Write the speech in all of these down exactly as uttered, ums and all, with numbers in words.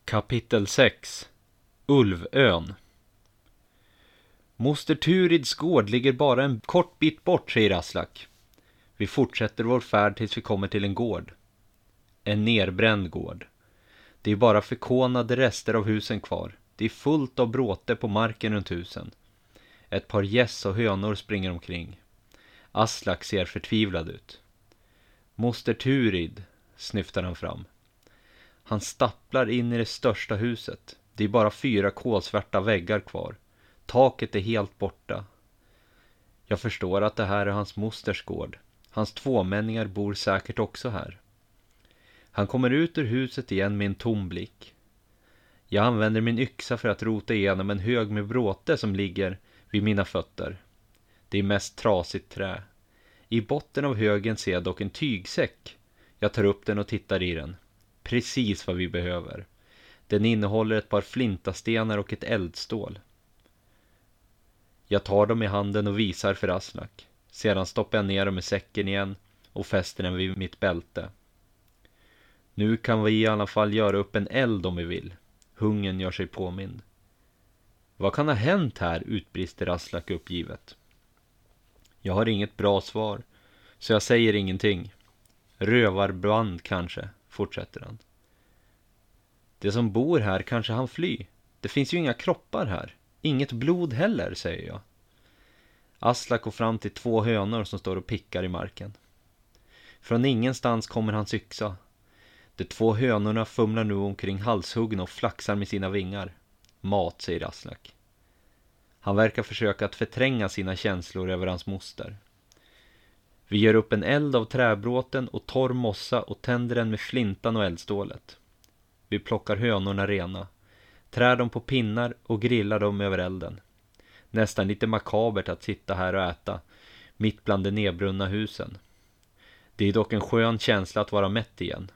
Kapitel sex. Ulvön. Moster Turids gård ligger bara en kort bit bort, säger Aslak. Vi fortsätter vår färd tills vi kommer till en gård. En nerbränd gård. Det är bara förkonade rester av husen kvar. Det är fullt av bråte på marken runt husen. Ett par gäss och hönor springer omkring. Aslak ser förtvivlad ut. Moster Turid, snyftar han fram. Han stapplar in i det största huset. Det är bara fyra kolsvarta väggar kvar. Taket är helt borta. Jag förstår att det här är hans mosters gård. Hans tvåmänningar bor säkert också här. Han kommer ut ur huset igen med en tom blick. Jag använder min yxa för att rota igenom en hög med bråte som ligger vid mina fötter. Det är mest trasigt trä. I botten av högen ser jag dock en tygsäck. Jag tar upp den och tittar i den. Precis vad vi behöver. Den innehåller ett par flintastenar och ett eldstål. Jag tar dem i handen och visar för Aslak. Sedan stoppar jag ner dem i säcken igen och fäster den vid mitt bälte. Nu kan vi i alla fall göra upp en eld om vi vill. Hungern gör sig påmind. Vad kan ha hänt här, utbrister Aslak uppgivet. Jag har inget bra svar, så jag säger ingenting. Rövarband kanske, fortsätter han. Det som bor här kanske han fly. Det finns ju inga kroppar här. Inget blod heller, säger jag. Aslak går fram till två hönor som står och pickar i marken. Från ingenstans kommer hans yxa. De två hönorna fumlar nu omkring halshuggna och flaxar med sina vingar. Mat, säger Aslak. Han verkar försöka att förtränga sina känslor över hans moster. Vi gör upp en eld av träbråten och torr mossa och tänder den med flintan och eldstålet. Vi plockar hönorna rena, trär dem på pinnar och grillar dem över elden. Nästan lite makabert att sitta här och äta, mitt bland de nedbrunna husen. Det är dock en skön känsla att vara mätt igen.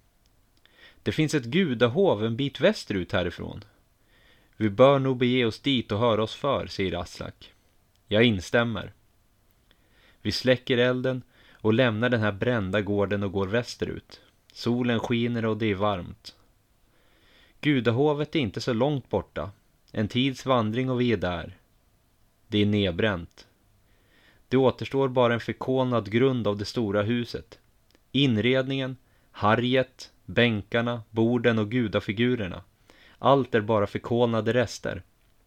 Det finns ett gudahov en bit västerut härifrån. Vi bör nog bege oss dit och höra oss för, säger Aslak. Jag instämmer. Vi släcker elden och lämnar den här brända gården och går västerut. Solen skiner och det är varmt. Gudahovet är inte så långt borta. En tids vandring och vi är där. Det är nedbränt. Det återstår bara en förkolnad grund av det stora huset. Inredningen, harjet, bänkarna, borden och gudafigurerna. Allt är bara förkolnade rester.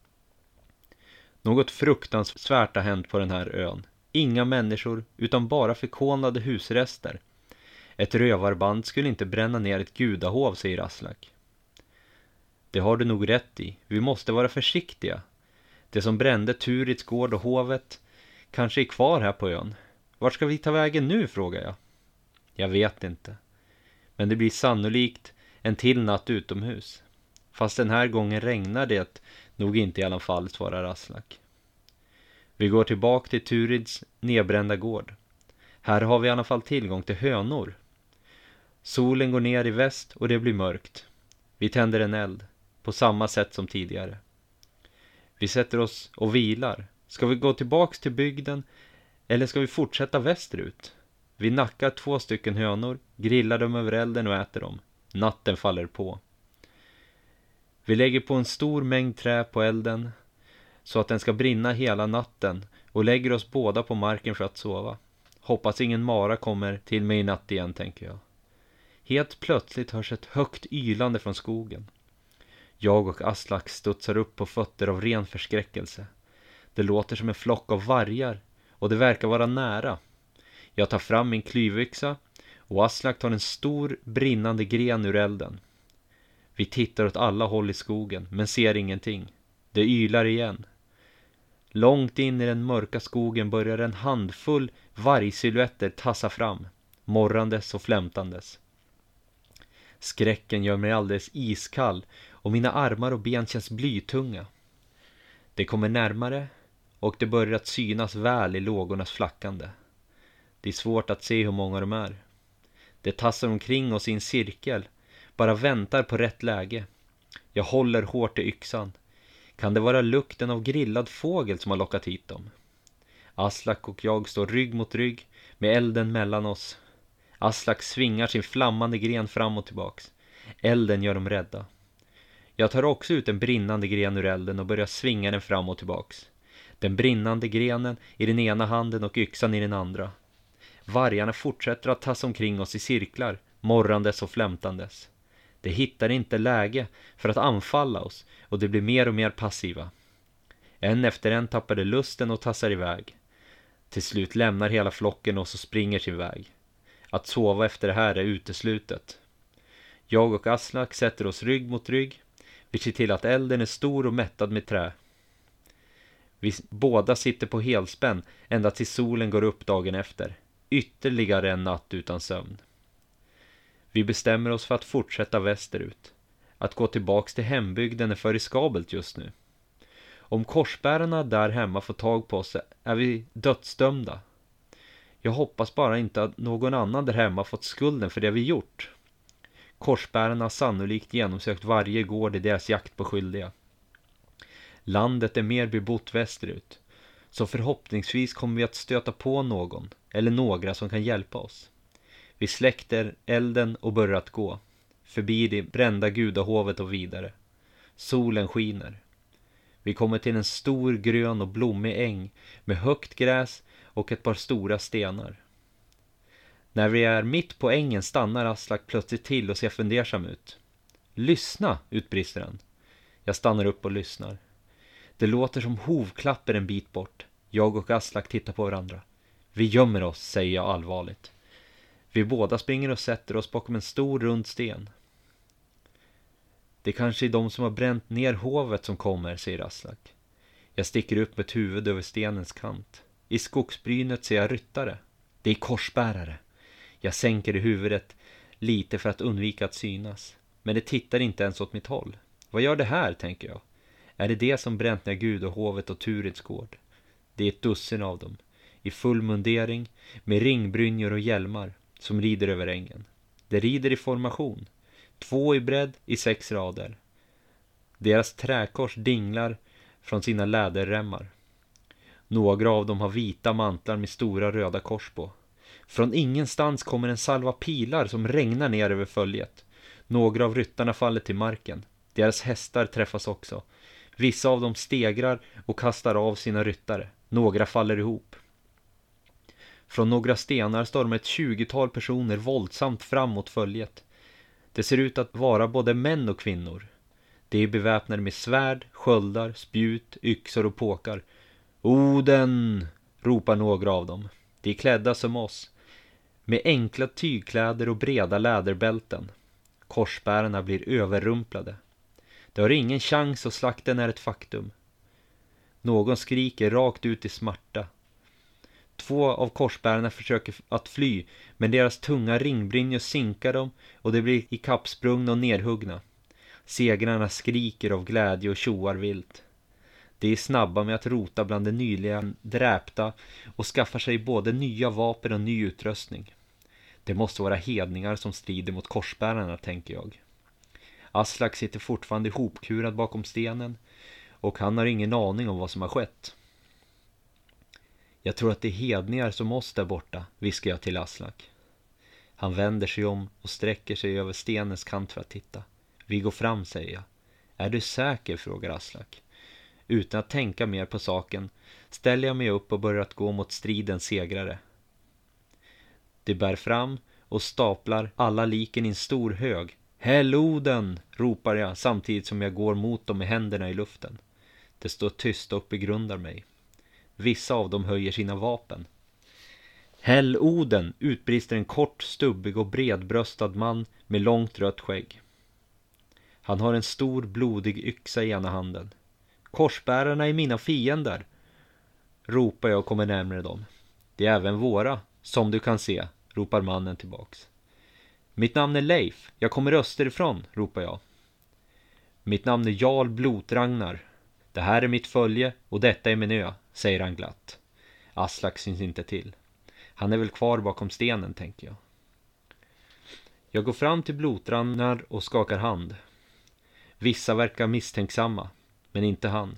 Något fruktansvärt har hänt på den här ön. Inga människor utan bara förkolnade husrester. Ett rövarband skulle inte bränna ner ett gudahov, säger Aslak. Det har du nog rätt i. Vi måste vara försiktiga. Det som brände Turids gård och hovet kanske är kvar här på ön. Vart ska vi ta vägen nu, frågar jag. Jag vet inte. Men det blir sannolikt en till natt utomhus. Fast den här gången regnar det nog inte i alla fall, svarar Aslak. Vi går tillbaka till Turids nedbrända gård. Här har vi i alla fall tillgång till hönor. Solen går ner i väst och det blir mörkt. Vi tänder en eld, på samma sätt som tidigare. Vi sätter oss och vilar. Ska vi gå tillbaks till bygden eller ska vi fortsätta västerut? Vi nackar två stycken hönor, grillar dem över elden och äter dem. Natten faller på. Vi lägger på en stor mängd trä på elden så att den ska brinna hela natten och lägger oss båda på marken för att sova. Hoppas ingen mara kommer till mig i natt igen, tänker jag. Helt plötsligt hörs ett högt ylande från skogen. Jag och Aslak studsar upp på fötter av ren förskräckelse. Det låter som en flock av vargar och det verkar vara nära. Jag tar fram min klyvyxa och Aslak tar en stor brinnande gren ur elden. Vi tittar åt alla håll i skogen men ser ingenting. Det ylar igen. Långt in i den mörka skogen börjar en handfull vargsilhuetter tassa fram, morrandes och flämtandes. Skräcken gör mig alldeles iskall och mina armar och ben känns blytunga. Det kommer närmare och det börjar att synas väl i lågornas flackande. Det är svårt att se hur många de är. Det tassar omkring oss i en cirkel, bara väntar på rätt läge. Jag håller hårt i yxan. Kan det vara lukten av grillad fågel som har lockat hit dem? Aslak och jag står rygg mot rygg med elden mellan oss. Aslak svingar sin flammande gren fram och tillbaks. Elden gör dem rädda. Jag tar också ut en brinnande gren ur elden och börjar svinga den fram och tillbaks. Den brinnande grenen i den ena handen och yxan i den andra. Vargarna fortsätter att tassa omkring oss i cirklar, morrandes och flämtandes. De hittar inte läge för att anfalla oss och de blir mer och mer passiva. En efter en tappar de lusten och tassar iväg. Till slut lämnar hela flocken oss och springer sin väg. Att sova efter det här är uteslutet. Jag och Aslak sätter oss rygg mot rygg. Vi ser till att elden är stor och mättad med trä. Vi båda sitter på helspänn ända till solen går upp dagen efter. Ytterligare en natt utan sömn. Vi bestämmer oss för att fortsätta västerut. Att gå tillbaks till hembygden är för riskabelt just nu. Om korsbärarna där hemma får tag på oss är vi dödsdömda. Jag hoppas bara inte att någon annan där hemma fått skulden för det vi gjort. Korsbärarna har sannolikt genomsökt varje gård i deras jakt på skyldiga. Landet är mer bebott västerut, så förhoppningsvis kommer vi att stöta på någon eller några som kan hjälpa oss. Vi släckter elden och börjar att gå, förbi det brända gudahovet och vidare. Solen skiner. Vi kommer till en stor grön och blommig äng med högt gräs och ett par stora stenar. När vi är mitt på ängen stannar Aslak plötsligt till och ser fundersam ut. Lyssna, utbrister han. Jag stannar upp och lyssnar. Det låter som hovklapper en bit bort. Jag och Aslak tittar på varandra. Vi gömmer oss, säger jag allvarligt. Vi båda springer och sätter oss bakom en stor rund sten. Det kanske är de som har bränt ner hovet som kommer, säger Aslak. Jag sticker upp ett huvud över stenens kant. I skogsbrynet ser jag ryttare. Det är korsbärare. Jag sänker i huvudet lite för att undvika att synas. Men det tittar inte ens åt mitt håll. Vad gör det här, tänker jag. Är det det som bränt ner gudahovet och Turids gård? Det är ett dussin av dem. I full mundering, med ringbrynjor och hjälmar, som rider över ängen. De rider i formation. Två i bredd i sex rader. Deras träkors dinglar från sina läderremmar. Några av dem har vita mantlar med stora röda kors på. Från ingenstans kommer en salva pilar som regnar ner över följet. Några av ryttarna faller till marken. Deras hästar träffas också. Vissa av dem stegrar och kastar av sina ryttare. Några faller ihop. Från några stenar stormar ett tjugotal personer våldsamt fram mot följet. Det ser ut att vara både män och kvinnor. De är beväpnade med svärd, sköldar, spjut, yxor och påkar. Oden, ropar några av dem. De är klädda som oss, med enkla tygkläder och breda läderbälten. Korsbärarna blir överrumplade. De har ingen chans och slakten är ett faktum. Någon skriker rakt ut i smärta. Två av korsbärarna försöker att fly, men deras tunga ringbrynjor sinkar dem och de blir ikappsprungna och nedhuggna. Segrarna skriker av glädje och tjoar vilt. De är snabba med att rota bland de nyligen dräpta och skaffar sig både nya vapen och ny utrustning. Det måste vara hedningar som strider mot korsbärarna, tänker jag. Aslak sitter fortfarande ihopkurad bakom stenen och han har ingen aning om vad som har skett. Jag tror att det är hedningar som oss där borta, viskar jag till Aslak. Han vänder sig om och sträcker sig över stenens kant för att titta. Vi går fram, säger jag. Är du säker, frågar Aslak. Utan att tänka mer på saken ställer jag mig upp och börjar att gå mot stridens segrare. De bär fram och staplar alla liken i en stor hög. Häll Oden, ropar jag samtidigt som jag går mot dem med händerna i luften. De står tysta och begrundar mig. Vissa av dem höjer sina vapen. Häll Oden, utbrister en kort, stubbig och bredbröstad man med långt rött skägg. Han har en stor blodig yxa i ena handen. Korsbärarna är mina fiender, ropar jag och kommer närmare dem. Det är även våra, som du kan se, ropar mannen tillbaks. Mitt namn är Leif, jag kommer österifrån, ropar jag. Mitt namn är Jarl Blotragnar. Det här är mitt följe och detta är min ö, säger han glatt. Aslak syns inte till. Han är väl kvar bakom stenen, tänker jag. Jag går fram till Blotragnar och skakar hand. Vissa verkar misstänksamma, men inte han.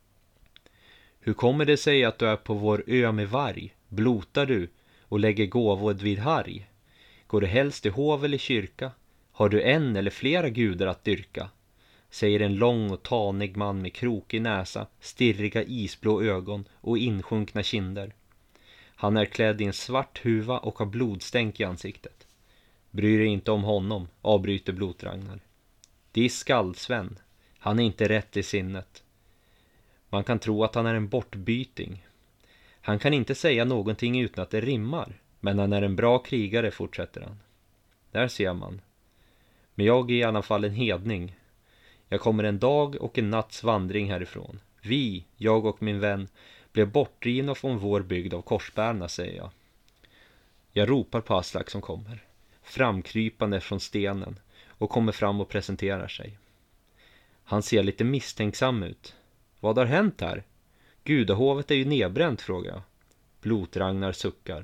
Hur kommer det sig att du är på vår ö med varg? Blotar du och lägger gåvor vid harg? Går du helst i hov eller kyrka? Har du en eller flera gudar att dyrka? säger en lång och tanig man med krokig näsa, stirriga isblå ögon och insjunkna kinder. Han är klädd i en svart huva och har blodstänk i ansiktet. Bryr dig inte om honom, avbryter Blotragnar. Det är Skaldsven. Han är inte rätt i sinnet. Man kan tro att han är en bortbyting. Han kan inte säga någonting utan att det rimmar, men han är en bra krigare, fortsätter han. Där ser man. Men jag är i alla fall en hedning. Jag kommer en dag och en natts vandring härifrån. Vi, jag och min vän, blev bortdrivna från vår bygd av korsbärarna, säger jag. Jag ropar på Aslak som kommer, framkrypande från stenen, och kommer fram och presenterar sig. Han ser lite misstänksam ut. Vad har hänt här? Gudahovet är ju nedbränt, frågar jag. Blotragnar suckar.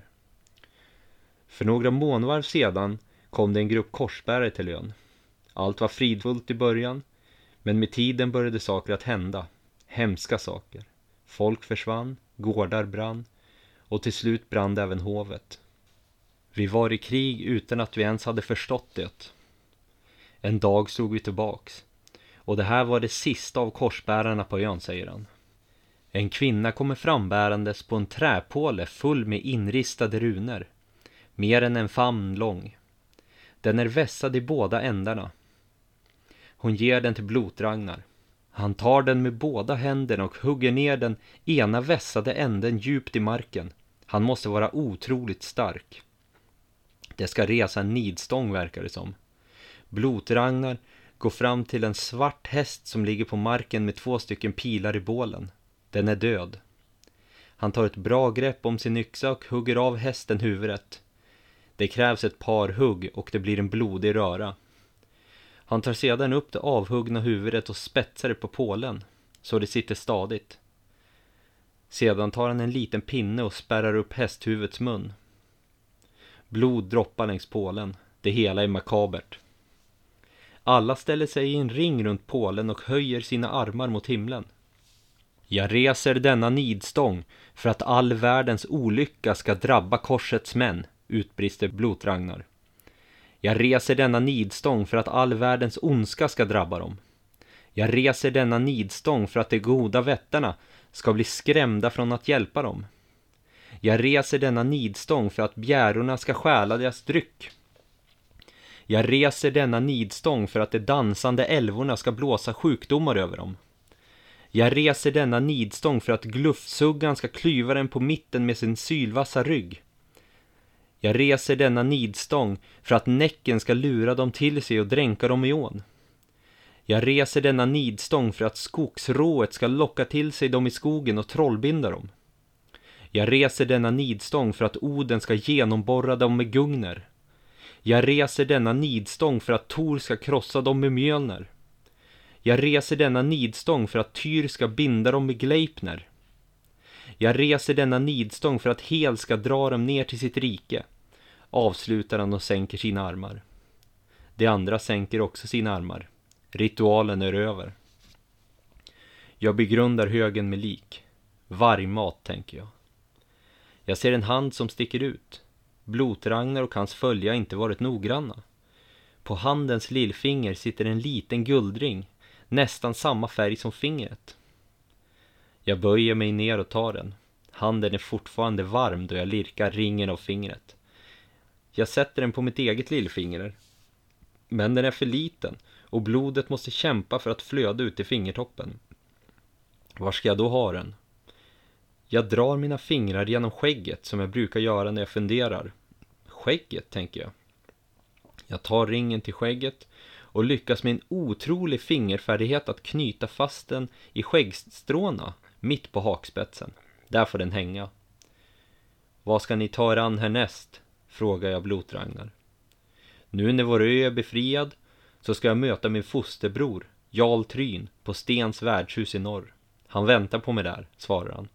För några månader sedan kom det en grupp korsbärare till ön. Allt var fridfullt i början, men med tiden började saker att hända. Hemska saker. Folk försvann, gårdar brann, och till slut brann även hovet. Vi var i krig utan att vi ens hade förstått det. En dag slog vi tillbaks, och det här var det sista av korsbärarna på ön, säger han. En kvinna kommer frambärandes på en träpåle full med inristade runor, mer än en famn lång. Den är vässad i båda ändarna. Hon ger den till Blotragnar. Han tar den med båda händerna och hugger ner den ena vässade änden djupt i marken. Han måste vara otroligt stark. Det ska resa en nidstång, verkar det som. Blotragnar går fram till en svart häst som ligger på marken med två stycken pilar i bålen. Den är död. Han tar ett bra grepp om sin yxa och hugger av hästen huvudet. Det krävs ett par hugg och det blir en blodig röra. Han tar sedan upp det avhuggna huvudet och spetsar det på pålen, så det sitter stadigt. Sedan tar han en liten pinne och spärrar upp hästhuvudets mun. Blod droppar längs pålen. Det hela är makabert. Alla ställer sig i en ring runt pålen och höjer sina armar mot himlen. Jag reser denna nidstång för att all världens olycka ska drabba korsets män, utbrister Blotragnar. Jag reser denna nidstång för att all världens ondska ska drabba dem. Jag reser denna nidstång för att de goda vättarna ska bli skrämda från att hjälpa dem. Jag reser denna nidstång för att bjärorna ska stjäla deras dryck. Jag reser denna nidstång för att de dansande älvorna ska blåsa sjukdomar över dem. Jag reser denna nidstång för att gluffsuggan ska klyva den på mitten med sin sylvassa rygg. Jag reser denna nidstång för att näcken ska lura dem till sig och dränka dem i ån. Jag reser denna nidstång för att skogsrået ska locka till sig dem i skogen och trollbinda dem. Jag reser denna nidstång för att Oden ska genomborra dem med gungner. Jag reser denna nidstång för att Tor ska krossa dem med mjölner. Jag reser denna nidstång för att Tyr ska binda dem med Gleipner. Jag reser denna nidstång för att Hel ska dra dem ner till sitt rike. Avslutar han och sänker sina armar. De andra sänker också sina armar. Ritualen är över. Jag begrundar högen med lik. Vargmat, tänker jag. Jag ser en hand som sticker ut. Blotragnar och hans följa har inte varit noggranna. På handens lillfinger sitter en liten guldring, nästan samma färg som fingret. Jag böjer mig ner och tar den. Handen är fortfarande varm då jag lirkar ringen av fingret. Jag sätter den på mitt eget lillfinger. Men den är för liten och blodet måste kämpa för att flöda ut i fingertoppen. Var ska jag då ha den? Jag drar mina fingrar genom skägget som jag brukar göra när jag funderar. Skägget, tänker jag. Jag tar ringen till skägget och lyckas med en otrolig fingerfärdighet att knyta fast den i skäggstråna mitt på hakspetsen. Där får den hänga. Vad ska ni ta er an härnäst? Frågar jag Blotragnar. Nu när vår ö är befriad så ska jag möta min fosterbror, Jarl Tryn, på Stens värdshus i norr. Han väntar på mig där, svarar han.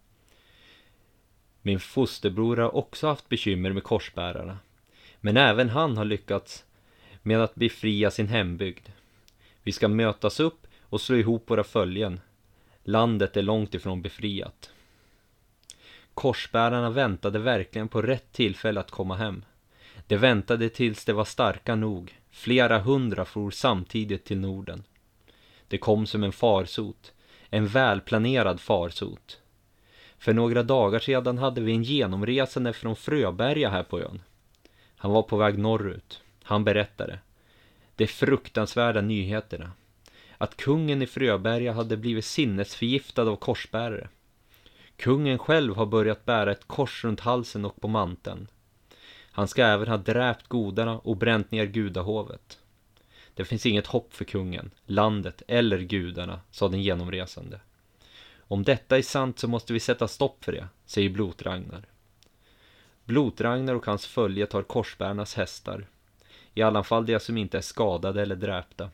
Min fosterbror har också haft bekymmer med korsbärarna. Men även han har lyckats med att befria sin hembygd. Vi ska mötas upp och slå ihop våra följen. Landet är långt ifrån befriat. Korsbärarna väntade verkligen på rätt tillfälle att komma hem. De väntade tills det var starka nog. Flera hundra for samtidigt till Norden. Det kom som en farsot, en välplanerad farsot. För några dagar sedan hade vi en genomresande från Fröberga här på ön. Han var på väg norrut. Han berättade. Det fruktansvärda nyheterna. Att kungen i Fröberga hade blivit sinnesförgiftad av korsbärare. Kungen själv har börjat bära ett kors runt halsen och på manteln. Han ska även ha dräpt godarna och bränt ner gudahovet. Det finns inget hopp för kungen, landet eller gudarna, sa den genomresande. Om detta är sant så måste vi sätta stopp för det, säger Blotragnar. Blotragnar och hans följe tar korsbärarnas hästar. I alla fall de som inte är skadade eller dräpta.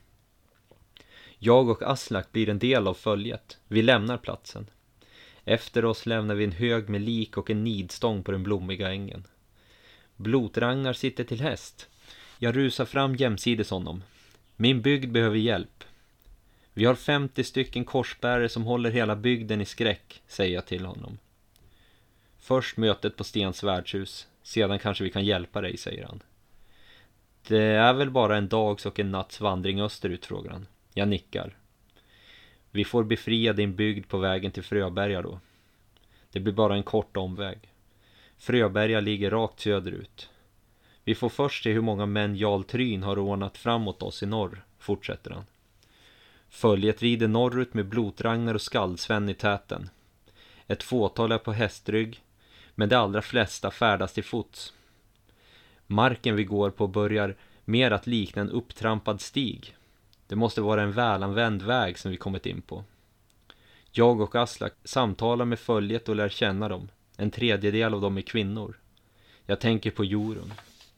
Jag och Aslak blir en del av följet. Vi lämnar platsen. Efter oss lämnar vi en hög med lik och en nidstång på den blommiga ängen. Blotragnar sitter till häst. Jag rusar fram jämsides honom. Min bygd behöver hjälp. Vi har femtio stycken korsbärare som håller hela bygden i skräck, säger jag till honom. Först mötet på Stens värdshus. Sedan kanske vi kan hjälpa dig, säger han. Det är väl bara en dags och en natts vandring österut, frågar han. Jag nickar. Vi får befria din bygd på vägen till Fröberga då. Det blir bara en kort omväg. Fröberga ligger rakt söderut. Vi får först se hur många män Jarl Tryn har ordnat framåt oss i norr, fortsätter han. Följet rider norrut med Blotragnar och Skaldsven i täten. Ett fåtal är på hästrygg, men de allra flesta färdas till fots. Marken vi går på börjar mer att likna en upptrampad stig. Det måste vara en välanvänd väg som vi kommit in på. Jag och Aslak samtalar med följet och lär känna dem. En tredjedel av dem är kvinnor. Jag tänker på Jorun.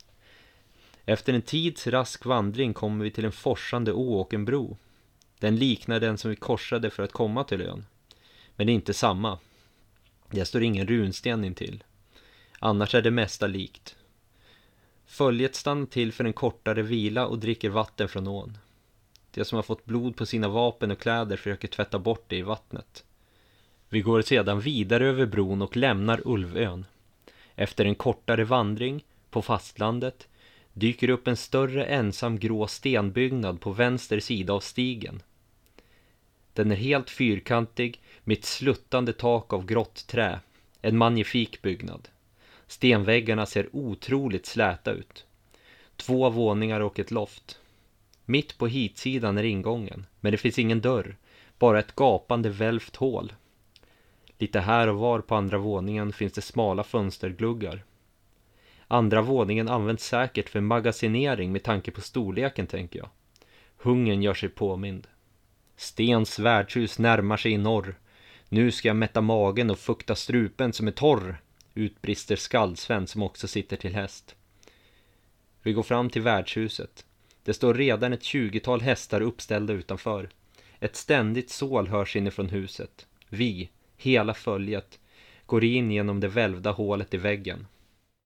Efter en tids rask vandring kommer vi till en forsande å och en bro. Den liknar den som vi korsade för att komma till ön. Men det är inte samma. Det står ingen runsten intill. Annars är det mesta likt. Följet stannar till för en kortare vila och dricker vatten från ån. De som har fått blod på sina vapen och kläder försöker tvätta bort det i vattnet. Vi går sedan vidare över bron och lämnar Ulvön. Efter en kortare vandring på fastlandet dyker upp en större ensam grå stenbyggnad på vänster sida av stigen. Den är helt fyrkantig med ett sluttande tak av grått trä. En magnifik byggnad. Stenväggarna ser otroligt släta ut. Två våningar och ett loft. Mitt på hitsidan är ingången, men det finns ingen dörr. Bara ett gapande välvt hål. Lite här och var på andra våningen finns det smala fönstergluggar. Andra våningen används säkert för magasinering med tanke på storleken, tänker jag. Hungern gör sig påmind. Stens värdshus närmar sig i norr. Nu ska jag mätta magen och fukta strupen som är torr, utbrister Skaldsven som också sitter till häst. Vi går fram till värdshuset. Det står redan ett tjugotal hästar uppställda utanför. Ett ständigt sål hörs inifrån huset. Vi, hela följet, går in genom det välvda hålet i väggen.